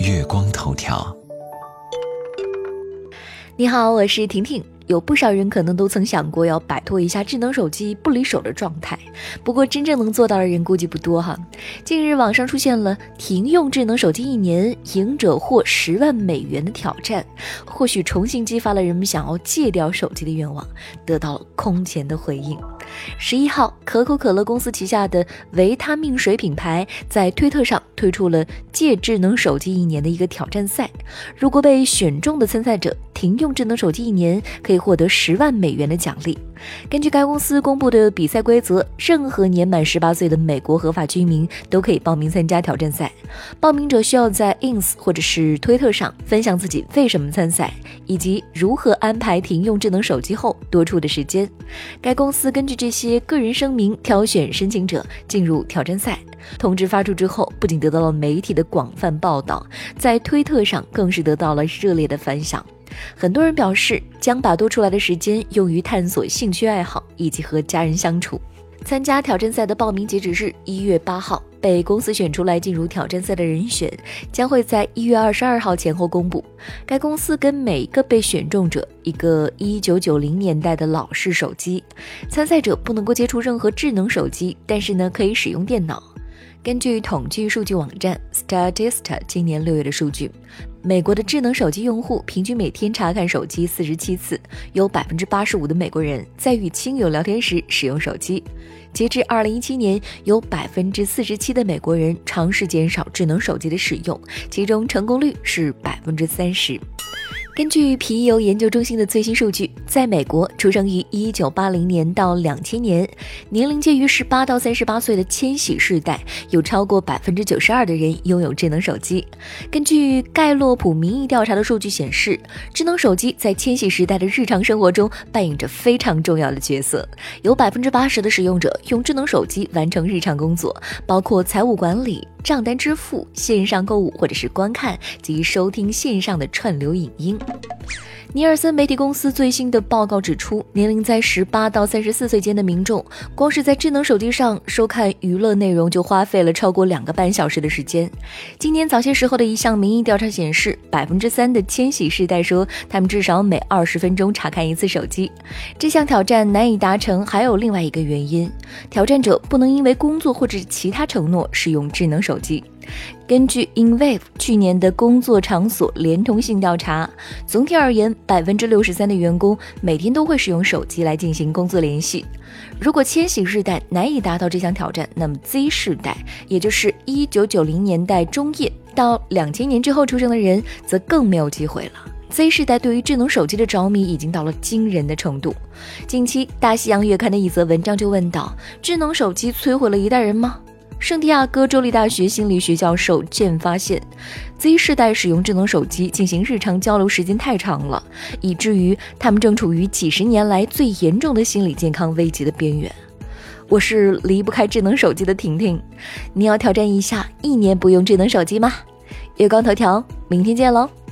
月光头条。 你好，我是婷婷。有不少人可能都曾想过要摆脱一下智能手机不离手的状态，不过真正能做到的人估计不多哈。近日网上出现了停用智能手机1年，赢者获10万美元的挑战，或许重新激发了人们想要戒掉手机的愿望，得到了空前的回应。11号，可口可乐公司旗下的维他命水品牌在推特上推出了戒智能手机1年的一个挑战赛，如果被选中的参赛者停用智能手机1年，可以获得10万美元的奖励。根据该公司公布的比赛规则，任何年满18岁的美国合法居民都可以报名参加挑战赛。报名者需要在 ins 或者是推特上分享自己为什么参赛，以及如何安排停用智能手机后多出的时间。该公司根据这些个人声明挑选申请者进入挑战赛。通知发出之后，不仅得到了媒体的广泛报道，在推特上更是得到了热烈的反响。很多人表示将把多出来的时间用于探索兴趣爱好以及和家人相处。参加挑战赛的报名截止日1月8号，被公司选出来进入挑战赛的人选将会在1月22号前后公布。该公司给每一个被选中者一个1990年代的老式手机，参赛者不能够接触任何智能手机，但是呢可以使用电脑。根据统计数据网站 Statista 今年6月的数据，美国的智能手机用户平均每天查看手机47次，有 85% 的美国人在与亲友聊天时使用手机。截至2017年，有 47% 的美国人尝试减少智能手机的使用，其中成功率是 30%。根据皮尤研究中心的最新数据，在美国出生于1980年到2000年，年龄介于18到38岁的千禧世代，有超过 92% 的人拥有智能手机。根据盖洛普民意调查的数据显示，智能手机在千禧时代的日常生活中扮演着非常重要的角色。有 80% 的使用者用智能手机完成日常工作，包括财务管理、账单支付、线上购物或者是观看及收听线上的串流影音。尼尔森媒体公司最新的报告指出，年龄在18到34岁间的民众，光是在智能手机上收看娱乐内容就花费了超过2个半小时的时间。今年早些时候的一项民意调查显示， 3% 的千禧世代说他们至少每20分钟查看一次手机。这项挑战难以达成还有另外一个原因，挑战者不能因为工作或者其他承诺使用智能手机。根据 InWave 去年的工作场所连通性调查，总体而言 63% 的员工每天都会使用手机来进行工作联系。如果千禧世代难以达到这项挑战，那么 Z 世代，也就是1990年代中叶到2000年之后出生的人则更没有机会了。Z 世代对于智能手机的着迷已经到了惊人的程度。近期大西洋月刊的一则文章就问道，智能手机摧毁了一代人吗？圣地亚哥州立大学心理学教授健发现， Z 世代使用智能手机进行日常交流时间太长了，以至于他们正处于几十年来最严重的心理健康危机的边缘。我是离不开智能手机的婷婷，你要挑战一下1年不用智能手机吗？月光头条，明天见喽。